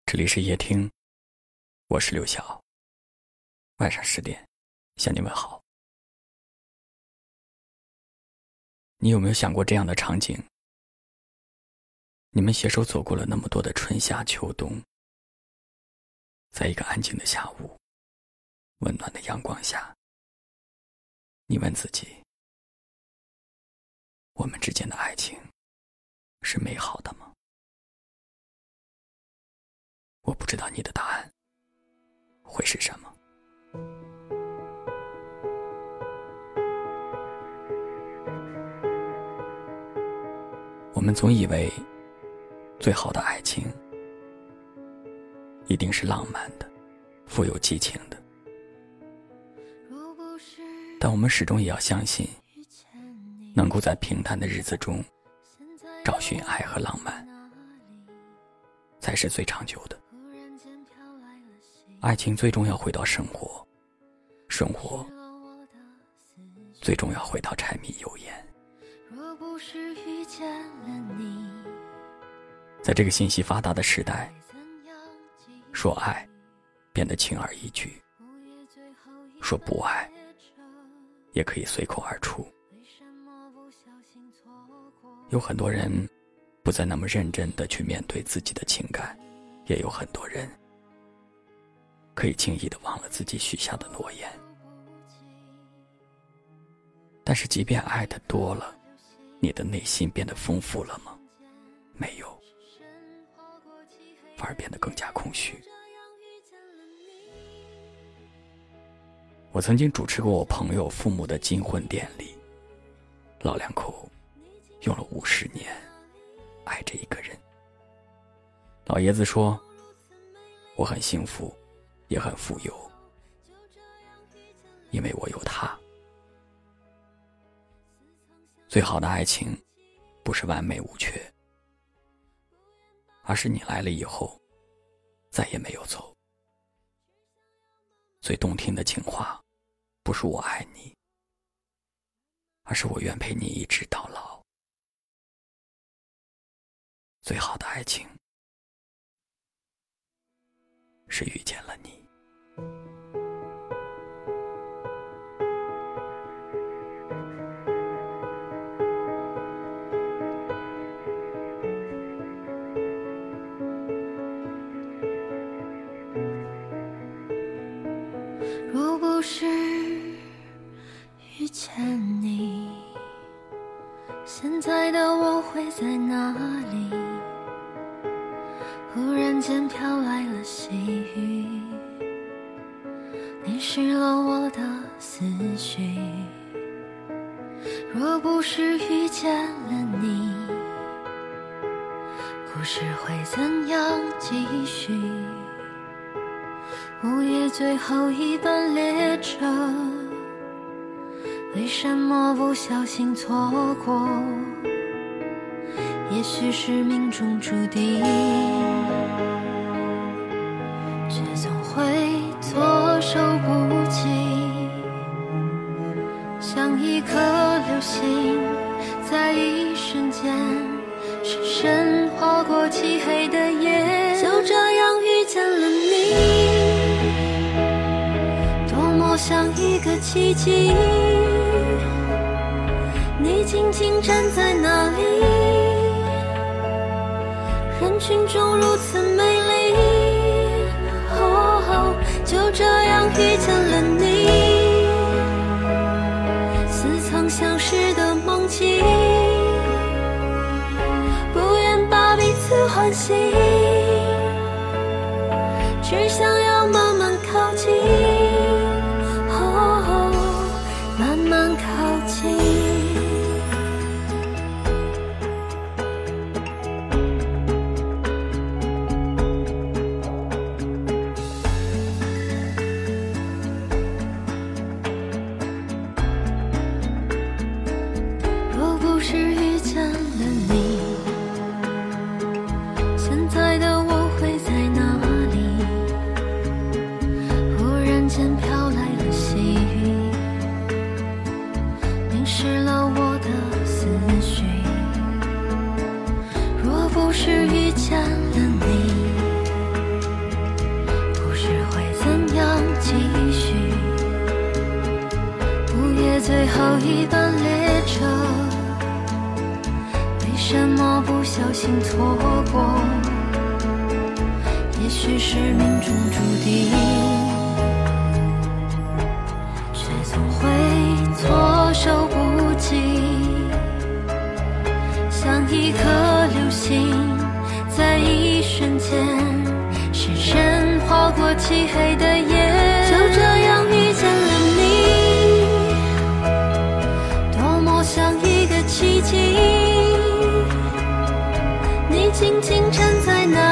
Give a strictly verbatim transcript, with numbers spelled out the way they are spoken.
这里是夜听，我是刘晓。晚上十点向你问好。你有没有想过这样的场景？你们携手走过了那么多的春夏秋冬，在一个安静的下午，温暖的阳光下，你问自己，我们之间的爱情是美好的吗？我不知道你的答案会是什么。我们总以为最好的爱情一定是浪漫的，富有激情的，但我们始终也要相信，能够在平淡的日子中找寻爱和浪漫，才是最长久的。爱情最终要回到生活，生活最终要回到柴米油盐。 若不是遇见了你， 在这个信息发达的时代，说爱变得轻而易举，说不爱也可以随口而出。有很多人不再那么认真地去面对自己的情感，也有很多人可以轻易地忘了自己许下的诺言。但是即便爱得多了，你的内心变得丰富了吗？没有，反而变得更加空虚。我曾经主持过我朋友父母的金婚典礼，老两口用了五十年爱着一个人。老爷子说，我很幸福也很富有，因为我有他。最好的爱情不是完美无缺，而是你来了以后再也没有走。最动听的情话不是我爱你，而是我愿陪你一直到老。最好的爱情是遇见了你。 若不是遇见你，现在的我会在哪里？忽然间飘来了细雨，淋湿了我的思绪。若不是遇见了你，故事会怎样继续？午夜最后一班列车，为什么不小心错过？也许是命中注定，却总会措手不及，像一颗流星，在一瞬间深深划过漆黑的夜，就这样遇见了你，像一个奇迹，你静静站在那里，人群中如此美丽，哦，就这样遇见了你，似曾相识的梦境，不愿把彼此唤醒，只想要慢慢靠近，慢慢靠近。若不是遇见了你，现在的我会在哪里？ 最后一班列车，为什么不小心错过？也许是命中注定，却总会措手不及，像一颗流星，在一瞬间深深划过漆黑的夜，就这样遇见了你，多么像一个奇迹。你静静站在那